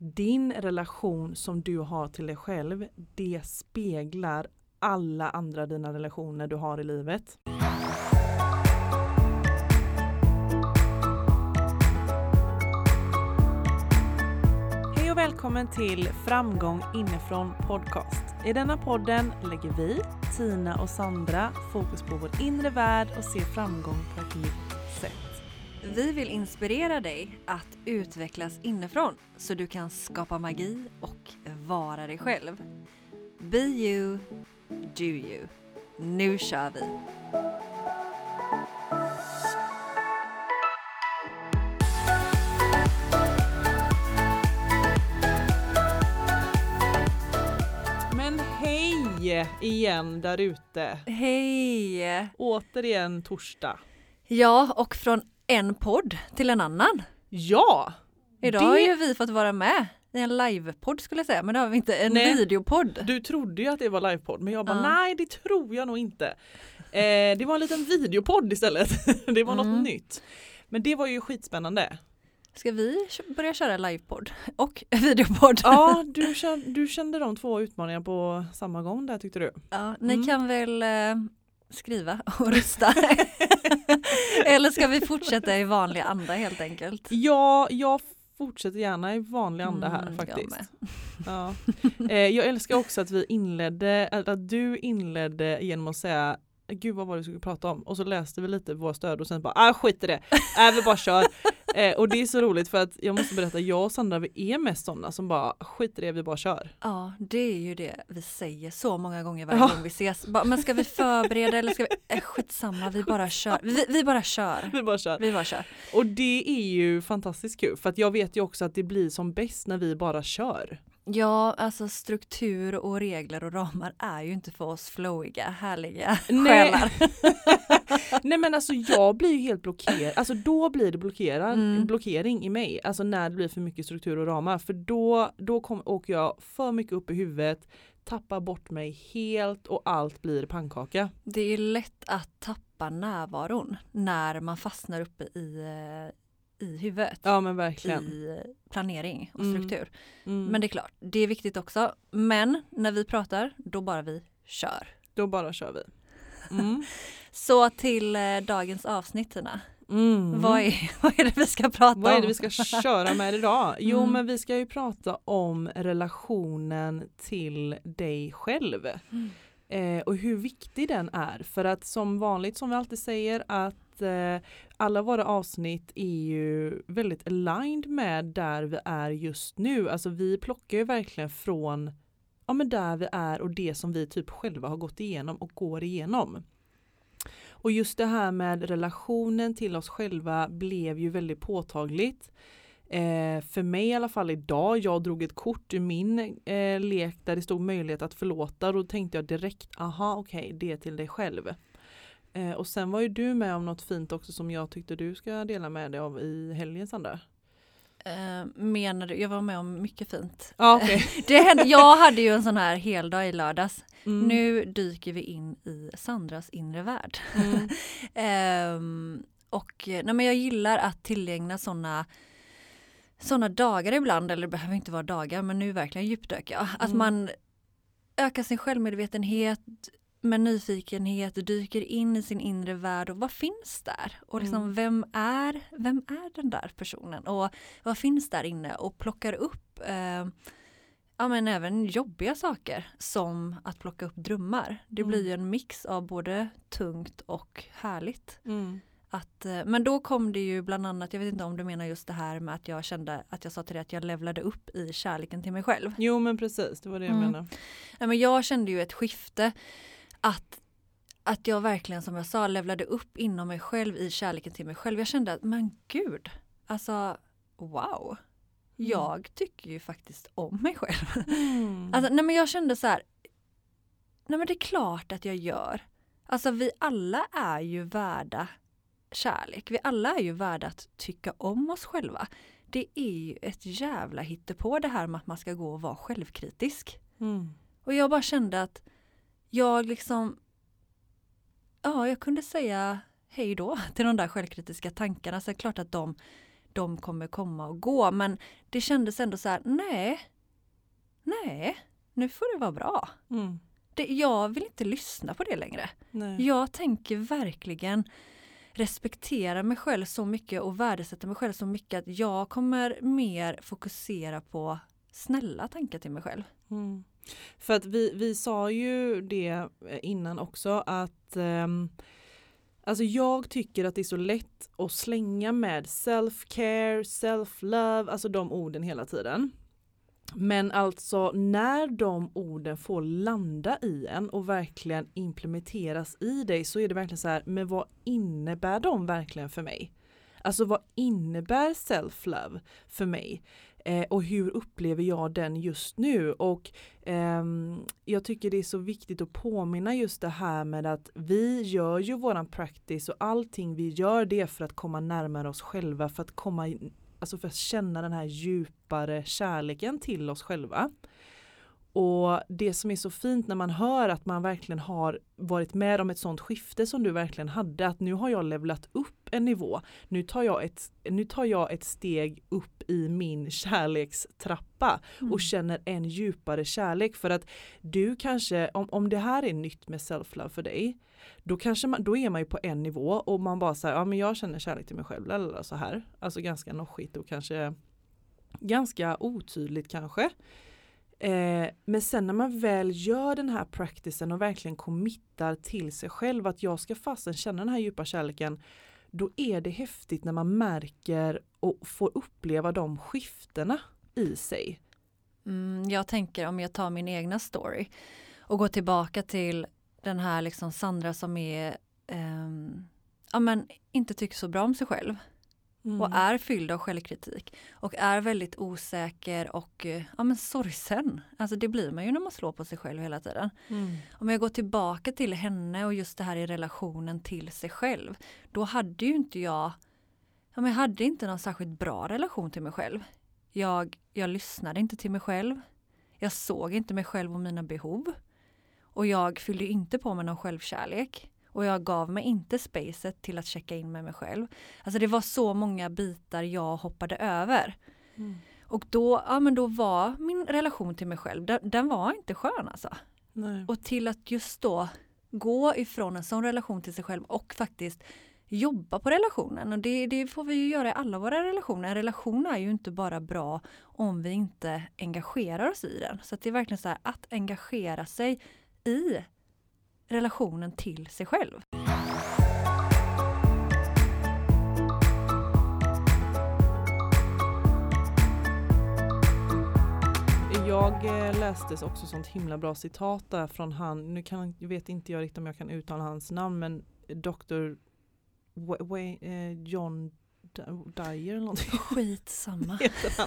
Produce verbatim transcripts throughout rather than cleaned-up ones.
din relation som du har till dig själv, det speglar alla andra dina relationer du har i livet. Hej och välkommen till Framgång inifrån podcast. I denna podden lägger vi, Tina och Sandra, fokus på vår inre värld och ser framgång på ett nytt sätt. Vi vill inspirera dig att utvecklas inifrån så du kan skapa magi och vara dig själv. Be you, do you. Nu kör vi! Men hej igen där ute. Hej! Återigen torsdag. Ja, och från en podd till en annan. Ja! Idag det... har ju vi fått vara med i en livepodd skulle jag säga. Men det har vi inte, en nej, videopodd. Du trodde ju att det var livepodd, men jag bara, uh. nej det tror jag nog inte. Eh, det var en liten videopodd istället. Det var mm. något nytt. Men det var ju skitspännande. Ska vi börja köra livepodd och videopodd? Ja, du kände, du kände de två utmaningarna på samma gång där tyckte du. Ja, ni mm. kan väl eh, skriva och rösta. Eller ska vi fortsätta i vanlig anda helt enkelt? Ja, jag fortsätter gärna i vanlig anda här mm, faktiskt. Jag, ja. eh, jag älskar också att vi inledde, att du inledde genom att säga gud vad var det vi skulle prata om? Och så läste vi lite våra stöd och sen bara, ah skit i det, äh, vi bara kör. eh, och det är så roligt för att jag måste berätta, jag och Sandra vi är mest sådana som bara, skit i det, vi bara kör. Ja, det är ju det vi säger så många gånger varje ja. gång vi ses. Bara, men ska vi förbereda eller ska vi, äh, skitsamma, vi bara kör. Vi, vi bara kör. Vi bara kör. Vi bara kör. Och det är ju fantastiskt kul, för att jag vet ju också att det blir som bäst när vi bara kör. Ja, alltså struktur och regler och ramar är ju inte för oss flowiga, härliga Nej. själar. Nej men alltså jag blir ju helt blockerad. Alltså då blir det blockerad, mm. blockering i mig. Alltså när det blir för mycket struktur och ramar. För då, då kom, åker jag för mycket upp i huvudet, tappar bort mig helt och allt blir pannkaka. Det är lätt att tappa närvaron när man fastnar uppe i... i huvudet. Ja men verkligen. I planering och mm. struktur. Mm. Men det är klart, det är viktigt också. Men när vi pratar, då bara vi kör. Då bara kör vi. Mm. Så till eh, dagens avsnitt, Tina. Mm. Vad, är, vad är det vi ska prata vad om? Vad är det vi ska köra med idag? Jo mm. men vi ska ju prata om relationen till dig själv. Mm. Eh, och hur viktig den är. För att som vanligt, som vi alltid säger, att eh, alla våra avsnitt är ju väldigt aligned med där vi är just nu. Alltså vi plockar ju verkligen från ja, men där vi är och det som vi typ själva har gått igenom och går igenom. Och just det här med relationen till oss själva blev ju väldigt påtagligt. Eh, för mig i alla fall idag, jag drog ett kort i min eh, lek där det stod möjlighet att förlåta och då tänkte jag direkt, aha okej, okay, det är till dig själv. Eh, och sen var ju du med om något fint också som jag tyckte du ska dela med dig av i helgen, Sandra. Uh, menar du? Jag var med om mycket fint. Ah, okay. det hände, jag hade ju en sån här hel dag i lördags. Mm. Nu dyker vi in i Sandras inre värld. Mm. um, och nej, men jag gillar att tillägna såna såna dagar ibland, eller det behöver inte vara dagar, men nu verkligen djupdöka. Mm. Att man ökar sin självmedvetenhet med nyfikenhet, dyker in i sin inre värld och vad finns där? Och liksom, mm. vem är vem är den där personen? Och vad finns där inne? Och plockar upp eh, ja, men även jobbiga saker som att plocka upp drömmar. Det mm. blir ju en mix av både tungt och härligt. Mm. Att, men då kom det ju bland annat, jag vet inte om du menar just det här med att jag kände att jag sa till dig att jag levlade upp i kärleken till mig själv. Jo men precis, det var det jag mm. menade. Nej, men jag kände ju ett skifte att, att jag verkligen som jag sa levlade upp inom mig själv i kärleken till mig själv. Jag kände att men gud, alltså wow, mm. jag tycker ju faktiskt om mig själv. Mm. Alltså, nej men jag kände så här, nej men det är klart att jag gör. Alltså vi alla är ju värda kärlek. Vi alla är ju värda att tycka om oss själva. Det är ju ett jävla hittepå det här med att man ska gå och vara självkritisk. Mm. Och jag bara kände att jag liksom, ja jag kunde säga hej då till de där självkritiska tankarna. Så det är klart att de, de kommer komma och gå. Men det kändes ändå så här, nej, nej, nu får det vara bra. Mm. Det, jag vill inte lyssna på det längre. Nej. Jag tänker verkligen respektera mig själv så mycket och värdesätta mig själv så mycket att jag kommer mer fokusera på snälla tankar till mig själv. Mm. För att vi, vi sa ju det innan också att um, alltså jag tycker att det är så lätt att slänga med self-care, self-love, alltså de orden hela tiden. Men alltså när de orden får landa i en och verkligen implementeras i dig så är det verkligen så här, men vad innebär de verkligen för mig? Alltså vad innebär self-love för mig? Eh, och hur upplever jag den just nu? Och eh, jag tycker det är så viktigt att påminna just det här med att vi gör ju våran practice och allting vi gör det för att komma närmare oss själva, för att komma alltså för att känna den här djupare kärleken till oss själva. Och det som är så fint när man hör att man verkligen har varit med om ett sånt skifte som du verkligen hade, att nu har jag levlat upp en nivå. Nu tar jag ett, nu tar jag ett steg upp i min kärlekstrappa mm. och känner en djupare kärlek. För att du kanske, om, om det här är nytt med self-love för dig, då, kanske man, då är man ju på en nivå och man bara säger, ja men jag känner kärlek till mig själv eller så här. Alltså ganska noschigt och kanske ganska otydligt kanske. Eh, men sen när man väl gör den här practicen och verkligen committar till sig själv att jag ska fastän känna den här djupa kärleken, då är det häftigt när man märker och får uppleva de skiftena i sig. Mm, jag tänker om jag tar min egna story och går tillbaka till den här liksom Sandra som är eh, ja, men inte tycker så bra om sig själv. Mm. Och är fylld av självkritik. Och är väldigt osäker och ja, men sorgsen. Alltså det blir man ju när man slår på sig själv hela tiden. Mm. Om jag går tillbaka till henne och just det här i relationen till sig själv. Då hade ju inte jag, ja, men jag hade inte någon särskilt bra relation till mig själv. Jag, jag lyssnade inte till mig själv. Jag såg inte mig själv och mina behov. Och jag fyllde inte på med någon självkärlek. Och jag gav mig inte spacet till att checka in med mig själv. Alltså det var så många bitar jag hoppade över. Mm. Och då, ja, men då var min relation till mig själv, den, den var inte skön alltså. Nej. Och till att just då gå ifrån en sån relation till sig själv och faktiskt jobba på relationen. Och det, det får vi ju göra i alla våra relationer. En relation är ju inte bara bra om vi inte engagerar oss i den. Så att det är verkligen så här att engagera sig i relationen till sig själv. Jag läste också sånt himla bra citat där från han, nu kan, vet inte jag riktigt om jag kan uttala hans namn, men doktor W- W- eh, John Dyer eller någonting. Skitsamma.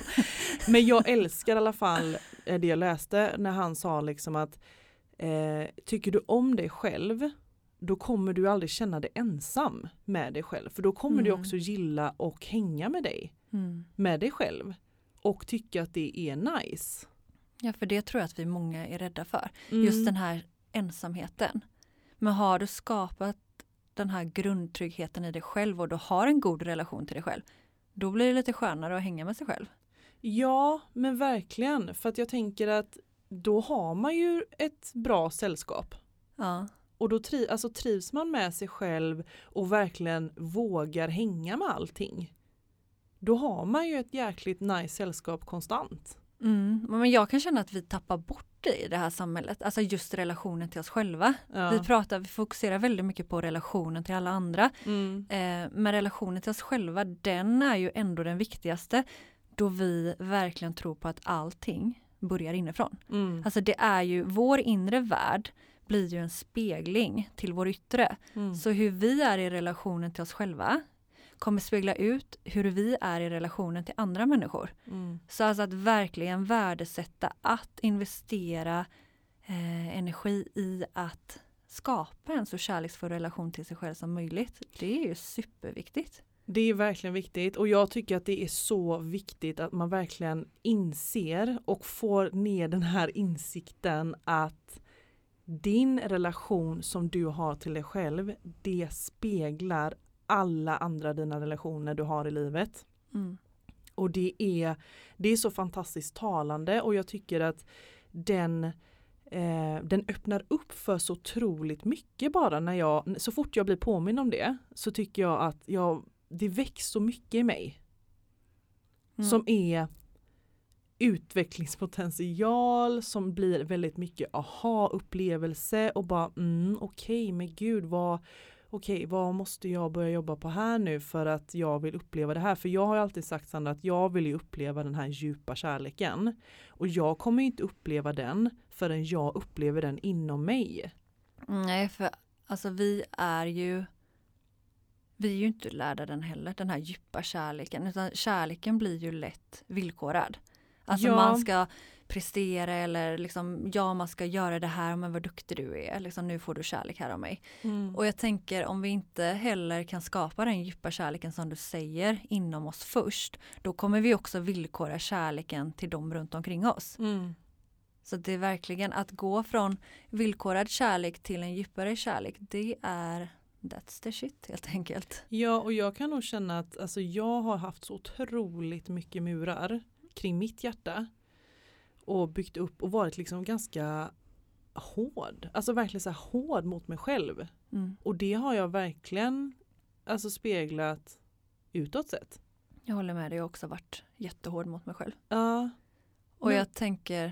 Men jag älskar i alla fall det jag läste när han sa liksom att Eh, tycker du om dig själv, då kommer du aldrig känna dig ensam med dig själv. För då kommer mm. du också gilla och hänga med dig. Mm. Med dig själv. Och tycka att det är nice. Ja, för det tror jag att vi många är rädda för. Mm. Just den här ensamheten. Men har du skapat den här grundtryggheten i dig själv och du har en god relation till dig själv, då blir det lite skönare att hänga med sig själv. Ja, men verkligen. För att jag tänker att då har man ju ett bra sällskap. Ja. Och då tri- alltså trivs man med sig själv och verkligen vågar hänga med allting. Då har man ju ett jäkligt nice sällskap konstant. Mm. Men jag kan känna att vi tappar bort det i det här samhället. Alltså just relationen till oss själva. Ja. Vi pratar, vi fokuserar väldigt mycket på relationen till alla andra. Mm. Eh, men relationen till oss själva, den är ju ändå den viktigaste. Då vi verkligen tror på att allting börjar inifrån. Mm. Alltså det är ju, vår inre värld blir ju en spegling till vår yttre. Mm. Så hur vi är i relationen till oss själva kommer spegla ut hur vi är i relationen till andra människor. Mm. Så alltså att verkligen värdesätta, att investera eh, energi i att skapa en så kärleksfull relation till sig själv som möjligt. Det är ju superviktigt. Det är verkligen viktigt och jag tycker att det är så viktigt att man verkligen inser och får ner den här insikten att din relation som du har till dig själv, det speglar alla andra dina relationer du har i livet. Mm. Och det är, det är så fantastiskt talande och jag tycker att den, eh, den öppnar upp för så otroligt mycket bara när jag, så fort jag blir påminn om det så tycker jag att jag, det väcks så mycket i mig mm. som är utvecklingspotential, som blir väldigt mycket aha-upplevelse och bara mm, okej, okay, men gud vad okej, okay, vad måste jag börja jobba på här nu för att jag vill uppleva det här? För jag har ju alltid sagt, Sandra, att jag vill ju uppleva den här djupa kärleken. Och jag kommer inte uppleva den förrän jag upplever den inom mig. Nej, för alltså vi är ju vi är ju inte lärda den heller, den här djupa kärleken. Utan kärleken blir ju lätt villkorad. Alltså ja. man ska prestera eller liksom, ja man ska göra det här, men vad duktig du är. Liksom, nu får du kärlek här av mig. Mm. Och jag tänker om vi inte heller kan skapa den djupa kärleken som du säger inom oss först, då kommer vi också villkora kärleken till dem runt omkring oss. Mm. Så det är verkligen att gå från villkorad kärlek till en djupare kärlek, det är that's the shit helt enkelt. Ja, och jag kan nog känna att alltså, jag har haft så otroligt mycket murar kring mitt hjärta och byggt upp och varit liksom ganska hård. Alltså verkligen så här hård mot mig själv. Mm. Och det har jag verkligen alltså speglat utåt sett. Jag håller med dig, jag har också varit jättehård mot mig själv. Ja. Och jag tänker,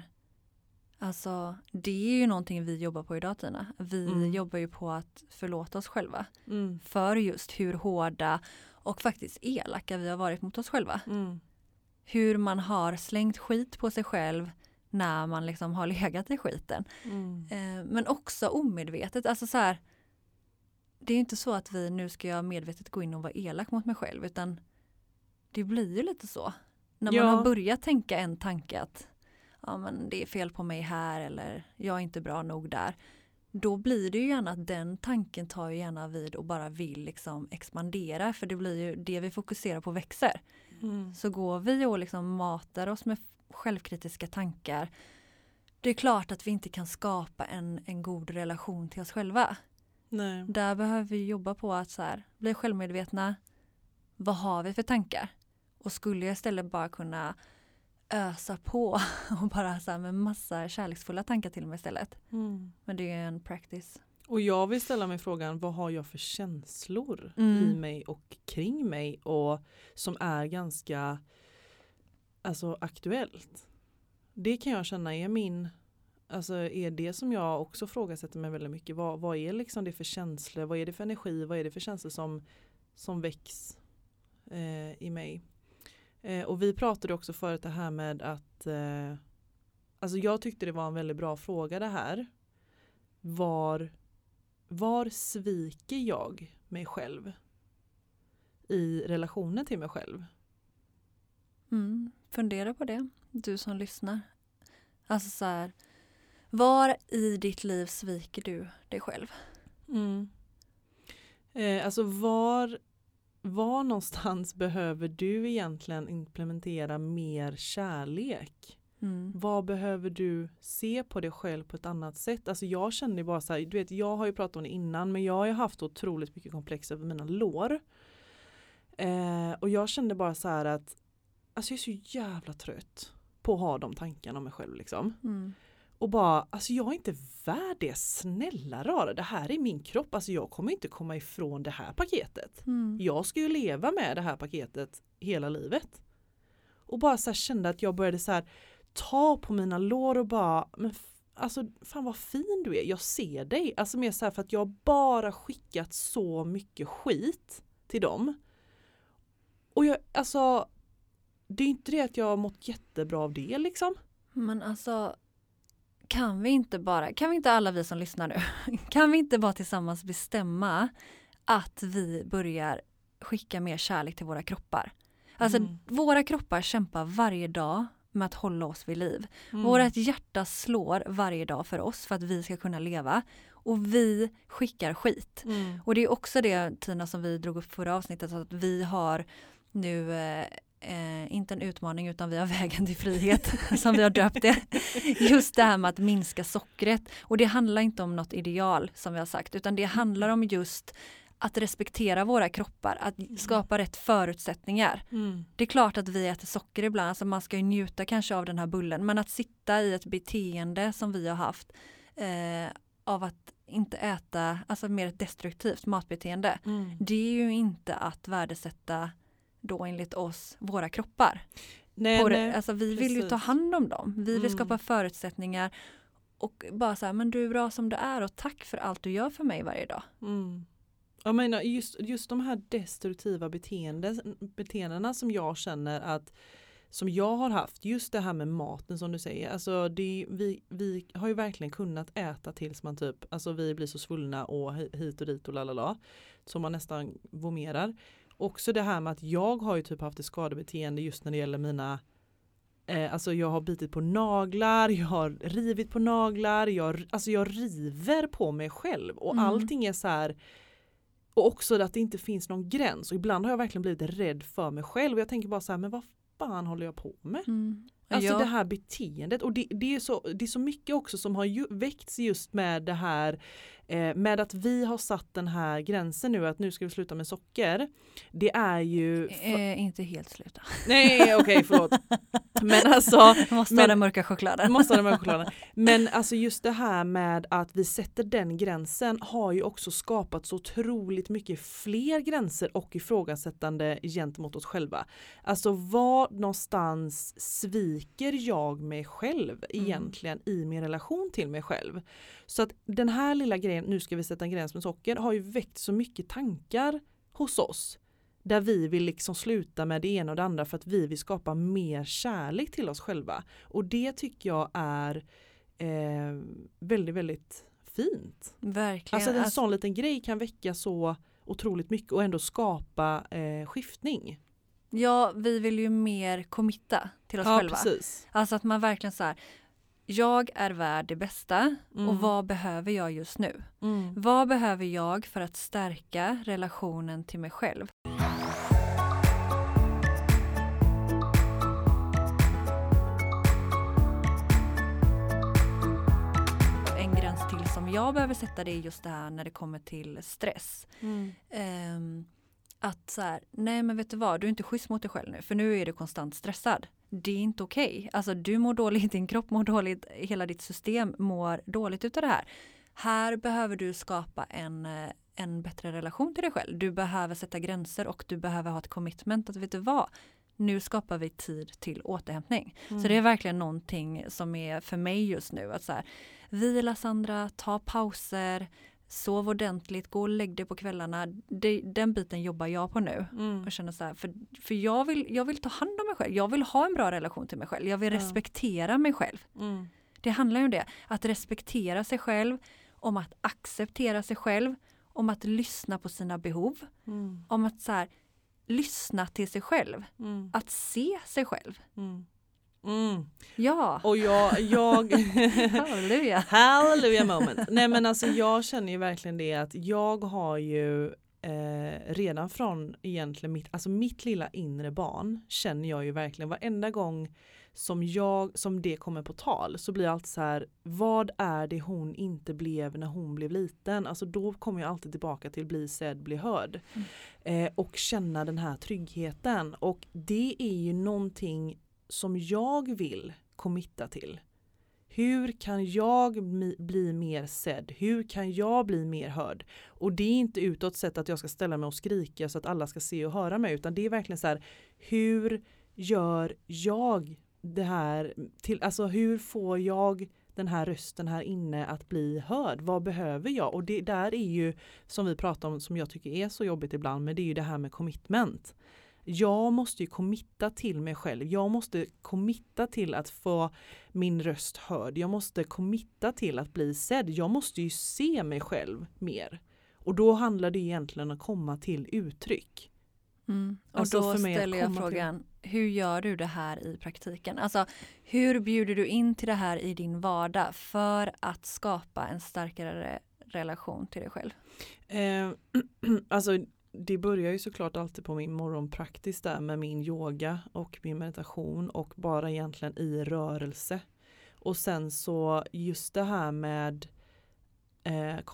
alltså det är ju någonting vi jobbar på idag, Tina. Vi mm. jobbar ju på att förlåta oss själva. Mm. För just hur hårda och faktiskt elaka vi har varit mot oss själva. Mm. Hur man har slängt skit på sig själv när man liksom har legat i skiten. Mm. Eh, men också omedvetet. Alltså så här, det är inte så att vi nu ska jag medvetet gå in och vara elak mot mig själv, utan det blir ju lite så. När man ja. har börjat tänka en tanke att ja, men det är fel på mig här eller jag är inte bra nog där. Då blir det ju gärna att den tanken tar ju gärna vid och bara vill liksom expandera, för det blir ju det vi fokuserar på växer. Mm. Så går vi och liksom matar oss med självkritiska tankar. Det är klart att vi inte kan skapa en, en god relation till oss själva. Nej. Där behöver vi jobba på att så här, bli självmedvetna. Vad har vi för tankar? Och skulle jag istället bara kunna ösa på och bara så här med massa kärleksfulla tankar till mig istället. Mm. Men det är en practice. Och jag vill ställa mig frågan, vad har jag för känslor mm. i mig och kring mig och som är ganska alltså aktuellt. Det kan jag känna är min, alltså är det som jag också frågasätter mig väldigt mycket. Vad, vad är liksom det för känslor, vad är det för energi, vad är det för känslor som, som väcks eh, i mig. Eh, och vi pratade också förut det här med att eh, alltså jag tyckte det var en väldigt bra fråga det här. Var Var sviker jag mig själv i relationen till mig själv? Mm, fundera på det, du som lyssnar. Alltså så här, var i ditt liv sviker du dig själv? Mm. Eh, alltså var, var någonstans behöver du egentligen implementera mer kärlek? Mm. Vad behöver du se på dig själv på ett annat sätt? Alltså jag kände bara så här, du vet, jag har ju pratat om det innan, men jag har ju haft otroligt mycket komplex över mina lår. Eh, och jag kände bara så här att alltså jag är så jävla trött på att ha de tankarna om mig själv liksom. Mm. Och bara, alltså jag är inte värd det, snälla rara, det här är min kropp, alltså jag kommer inte komma ifrån det här paketet. Mm. Jag ska ju leva med det här paketet hela livet. Och bara så här kände att jag började så här ta på mina lår och bara, men f- alltså fan vad fin du är, jag ser dig. Alltså mer så här för att jag bara skickat så mycket skit till dem. Och jag, alltså det är inte det att jag har mått jättebra av det liksom. Men alltså, kan vi inte bara, kan vi inte alla vi som lyssnar nu, kan vi inte bara tillsammans bestämma att vi börjar skicka mer kärlek till våra kroppar? Alltså Mm. våra kroppar kämpar varje dag med att hålla oss vid liv. Mm. Vårat hjärta slår varje dag för oss för att vi ska kunna leva. Och vi skickar skit. Mm. Och det är också det, Tina, som vi drog upp förra avsnittet, att vi har nu eh, eh, inte en utmaning utan vi har vägen till frihet som vi har döpt det. Just det här med att minska sockret. Och det handlar inte om något ideal som vi har sagt, utan det handlar om just att respektera våra kroppar, att mm. skapa rätt förutsättningar. Mm. Det är klart att vi äter socker ibland, alltså man ska ju njuta kanske av den här bullen, men att sitta i ett beteende som vi har haft eh, av att inte äta, alltså mer ett destruktivt matbeteende, Mm. det är ju inte att värdesätta då enligt oss våra kroppar. Nej, På nej, det, alltså vi precis. vill ju ta hand om dem, vi vill Mm. skapa förutsättningar och bara så här, men du är bra som du är och tack för allt du gör för mig varje dag. Mm. Jag menar just, just de här destruktiva beteenden, beteendena som jag känner att som jag har haft, just det här med maten som du säger, alltså det, vi, vi har ju verkligen kunnat äta tills man typ, alltså vi blir så svullna och hit och dit och lalala, så man nästan vomerar. Också det här med att jag har ju typ haft ett skadebeteende just när det gäller mina eh, alltså jag har bitit på naglar, jag har rivit på naglar, jag, alltså jag river på mig själv och Mm. allting är så här. Och också att det inte finns någon gräns. Och ibland har jag verkligen blivit rädd för mig själv. Och jag tänker bara så här, men vad fan håller jag på med? Mm. Alltså ja. det här beteendet. Och det, det, är så, det är så mycket också som har ju, väckts just med det här. Eh, med att vi har satt den här gränsen nu. Att nu ska vi sluta med socker. Det är ju... För... Eh, inte helt sluta. Nej, okej, okay, förlåt. Men alltså... Måste men, ha den mörka chokladen. Måste ha den mörka chokladen. Men alltså just det här med att vi sätter den gränsen har ju också skapat så otroligt mycket fler gränser och ifrågasättande gentemot oss själva. Alltså var någonstans sviker jag mig själv egentligen mm. i min relation till mig själv? Så att den här lilla grejen, nu ska vi sätta en gräns med socker, har ju väckt så mycket tankar hos oss. Där vi vill liksom sluta med det ena och det andra för att vi vill skapa mer kärlek till oss själva. Och det tycker jag är eh, väldigt, väldigt fint. Verkligen. Alltså en alltså, sån liten grej kan väcka så otroligt mycket och ändå skapa eh, skiftning. Ja, vi vill ju mer committa till oss ja, själva. Precis. Alltså att man verkligen så här, jag är värd det bästa Mm. och vad behöver jag just nu? Mm. Vad behöver jag för att stärka relationen till mig själv? En gräns till som jag behöver sätta, det är just det här när det kommer till stress. Mm. Um, att så här, nej men vet du vad, du är inte schysst mot dig själv nu, för nu är du konstant stressad. Det är inte okej. Okay. Alltså du mår dåligt, din kropp mår dåligt, hela ditt system mår dåligt utav det här. Här behöver du skapa en, en bättre relation till dig själv. Du behöver sätta gränser och du behöver ha ett commitment att vet du vad, nu skapar vi tid till återhämtning. Mm. Så det är verkligen någonting som är för mig just nu. Att så här, vila Sandra, ta pauser, sov ordentligt, gå och lägg dig på kvällarna. Det, den biten jobbar jag på nu. Mm. Och känner så här, för, för jag, vill, jag vill ta hand om mig själv. Jag vill ha en bra relation till mig själv. Jag vill ja. respektera mig själv. Mm. Det handlar ju om det. Att respektera sig själv. Om att acceptera sig själv. Om att lyssna på sina behov. Mm. Om att så här, lyssna till sig själv. Mm. Att se sig själv. Mm. Mm. Ja. Och jag... jag Halleluja. Halleluja moment. Nej men alltså jag känner ju verkligen det att jag har ju eh, redan från egentligen mitt, alltså mitt lilla inre barn känner jag ju verkligen varenda gång som jag, som det kommer på tal så blir allt så här, vad är det hon inte blev när hon blev liten? Alltså då kommer jag alltid tillbaka till bli sedd, bli hörd. Mm. Eh, och känna den här tryggheten. Och det är ju någonting som jag vill committa till. Hur kan jag bli mer sedd? Hur kan jag bli mer hörd? Och det är inte utåt sett att jag ska ställa mig och skrika så att alla ska se och höra mig. Utan det är verkligen så här, hur gör jag det här? Till, alltså hur får jag den här rösten här inne att bli hörd? Vad behöver jag? Och det där är ju, som vi pratar om, som jag tycker är så jobbigt ibland, men det är ju det här med commitment. Jag måste ju committa till mig själv. Jag måste committa till att få min röst hörd. Jag måste committa till att bli sedd. Jag måste ju se mig själv mer. Och då handlar det egentligen om att komma till uttryck. Mm. Och alltså då för mig ställer jag frågan, till... hur gör du det här i praktiken? Alltså, hur bjuder du in till det här i din vardag för att skapa en starkare relation till dig själv? Eh, alltså det börjar ju såklart alltid på min morgonpraktis där med min yoga och min meditation och bara egentligen i rörelse. Och sen så just det här med eh, komma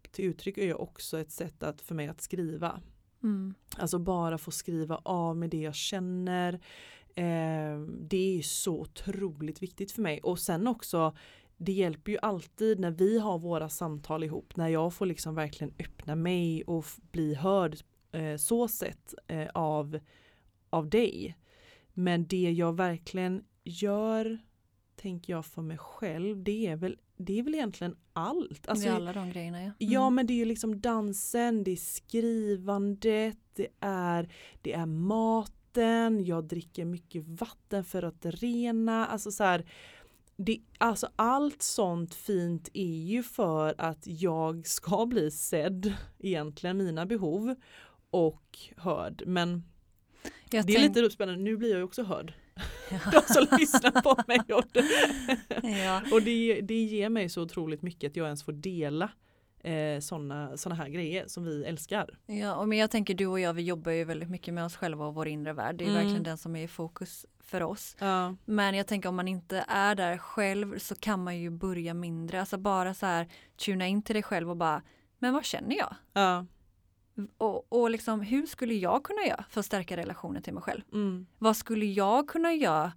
till uttryck är ju också ett sätt att, för mig att skriva. Mm. Alltså bara få skriva av med det jag känner. Eh, det är så otroligt viktigt för mig. Och sen också, det hjälper ju alltid när vi har våra samtal ihop. När jag får liksom verkligen öppna mig och f- bli hörd eh, så sett eh, av, av dig. Men det jag verkligen gör, tänker jag för mig själv, det är väl, det är väl egentligen allt. Alltså, det är alla de grejerna, ja. Mm. Ja, men det är ju liksom dansen, det är skrivandet, det är, det är maten, jag dricker mycket vatten för att rena. Alltså så här, det, alltså allt sånt fint är ju för att jag ska bli sedd, egentligen mina behov och hörd. Men Jag det är tänk... lite spännande, nu blir jag ju också hörd. De som lyssnar på mig och, det. Ja. och det, det ger mig så otroligt mycket att jag ens får dela eh, såna, såna här grejer som vi älskar. Ja, och men jag tänker du och jag, vi jobbar ju väldigt mycket med oss själva och vår inre värld. Det är Mm. verkligen den som är i fokus för oss. Ja. Men jag tänker om man inte är där själv så kan man ju börja mindre. Alltså bara så här tuna in till dig själv och bara, men vad känner jag? Ja. Och, och liksom, hur skulle jag kunna göra för att stärka relationen till mig själv? Mm. Vad skulle jag kunna göra,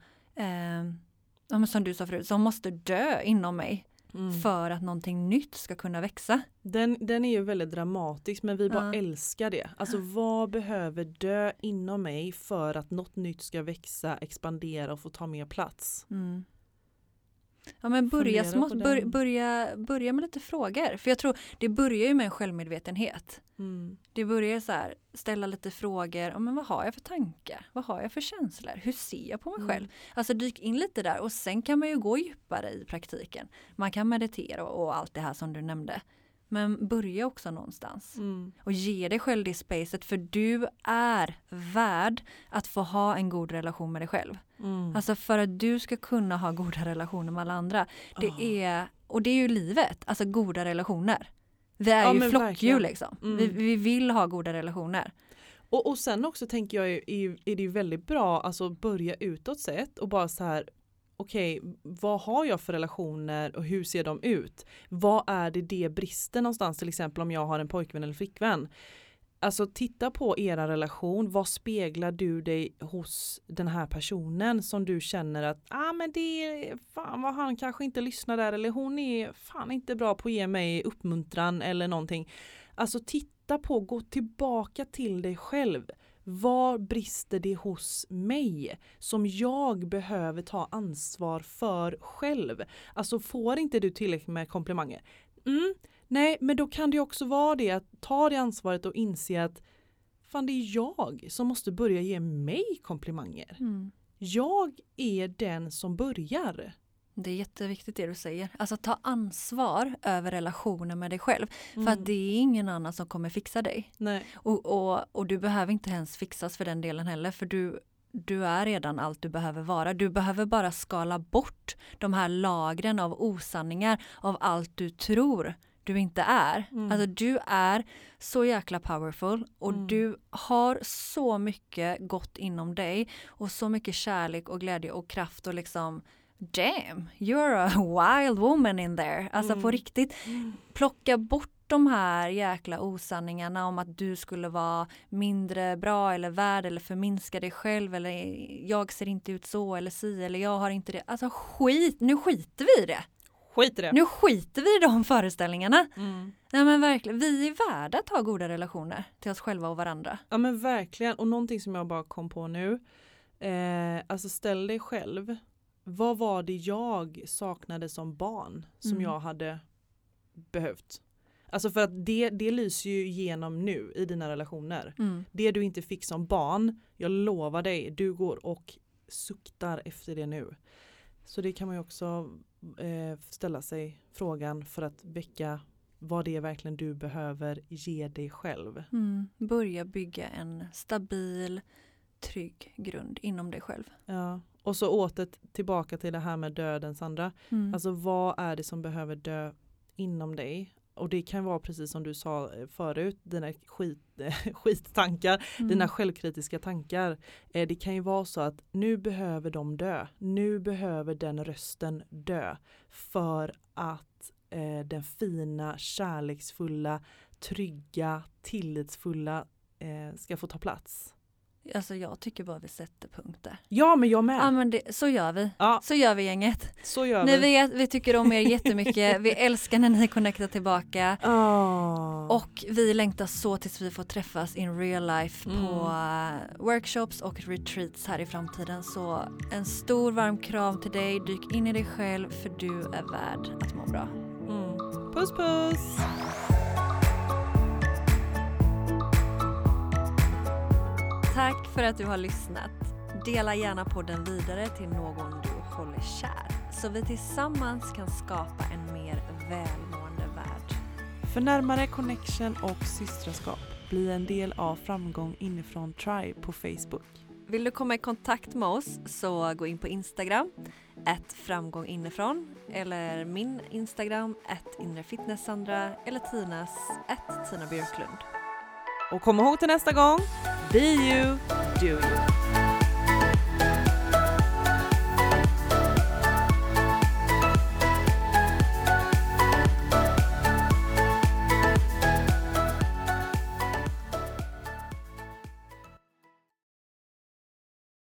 eh, som du sa förut, som måste dö inom mig Mm. för att någonting nytt ska kunna växa? Den, den är ju väldigt dramatisk, men vi bara Ja. älskar det. Alltså vad behöver dö inom mig för att något nytt ska växa, expandera och få ta mer plats? Mm. Ja, men börja, Fundera smått, på bör, den. börja, börja med lite frågor. För jag tror det börjar ju med en självmedvetenhet. Mm. Det börjar så här, ställa lite frågor. Ja, men vad har jag för tankar? Vad har jag för känslor? Hur ser jag på mig Mm. själv? Alltså dyk in lite där och sen kan man ju gå djupare i praktiken. Man kan meditera och, och allt det här som du nämnde. Men börja också någonstans. Mm. Och ge dig själv det spacet, för du är värd att få ha en god relation med dig själv. Mm. Alltså för att du ska kunna ha goda relationer med alla andra. Det Ah. är, och det är ju livet, alltså goda relationer. Vi är Ja, ju men flockdjur verkligen. liksom. Mm. Vi, vi vill ha goda relationer. Och, och sen också tänker jag är, är, är det ju väldigt bra alltså börja utåt sett och bara så här, okej, okay, vad har jag för relationer och hur ser de ut? Vad är det det brister någonstans, till exempel om jag har en pojkvän eller flickvän? Alltså titta på era relation, vad speglar du dig hos den här personen som du känner att ah, men det är fan vad han kanske inte lyssnar där, eller hon är fan inte bra på att ge mig uppmuntran eller någonting. Alltså titta på, gå tillbaka till dig själv. Var brister det hos mig som jag behöver ta ansvar för själv? Alltså får inte du tillräckligt med komplimanger? Mm, nej, men då kan det också vara det att ta det ansvaret och inse att fan, det är jag som måste börja ge mig komplimanger. Mm. Jag är den som börjar. Det är jätteviktigt det du säger. Alltså ta ansvar över relationen med dig själv. Mm. För att det är ingen annan som kommer fixa dig. Nej. Och, och, och du behöver inte ens fixas för den delen heller. För du, du är redan allt du behöver vara. Du behöver bara skala bort de här lagren av osanningar. Av allt du tror du inte är. Mm. Alltså du är så jäkla powerful. Och Mm. du har så mycket gott inom dig. Och så mycket kärlek och glädje och kraft och liksom... Damn, you're a wild woman in there. Alltså Mm. på riktigt. Mm. Plocka bort de här jäkla osanningarna om att du skulle vara mindre bra eller värd eller förminska dig själv eller jag ser inte ut så eller si eller jag har inte det. Alltså skit, nu skiter vi i det. Skit i det. Nu skiter vi i de föreställningarna. Mm. Nej men verkligen, vi är värda att ha goda relationer till oss själva och varandra. Ja men verkligen, och någonting som jag bara kom på nu. Eh, alltså ställ dig själv. Vad var det jag saknade som barn som Mm. jag hade behövt? Alltså för att det, det lyser ju igenom nu i dina relationer. Mm. Det du inte fick som barn, jag lovar dig, du går och suktar efter det nu. Så det kan man ju också eh, ställa sig frågan för att väcka vad det är verkligen du behöver ge dig själv. Mm. Börja bygga en stabil, trygg grund inom dig själv. Ja. Och så åter tillbaka till det här med döden, Sandra. Mm. Alltså vad är det som behöver dö inom dig? Och det kan vara precis som du sa förut, dina skit, skittankar, Mm. dina självkritiska tankar. Eh, det kan ju vara så att nu behöver de dö. Nu behöver den rösten dö. För att eh, den fina, kärleksfulla, trygga, tillitsfulla eh, ska få ta plats. Alltså jag tycker bara vi sätter punkter. Ja, men jag med. Ja, men det, så gör vi. Ja. Så gör vi, gänget. Så gör Ni vi. vet, vi tycker om er jättemycket. Vi älskar när ni connectar tillbaka. Oh. Och vi längtar så tills vi får träffas in real life Mm. på uh, workshops och retreats här i framtiden. Så en stor varm kram till dig. Dyk in i dig själv, för du är värd att må bra. Mm. Puss puss! Tack för att du har lyssnat. Dela gärna podden vidare till någon du håller kär, så vi tillsammans kan skapa en mer välmående värld. För närmare connection och systraskap, bli en del av Framgång inifrån Tribe på Facebook. Vill du komma i kontakt med oss så gå in på Instagram, at framgång inifrån, eller min Instagram, at inrefitnesssandra, eller Tinas, at Tina Björklund. Och kom ihåg till nästa gång, be you, do you.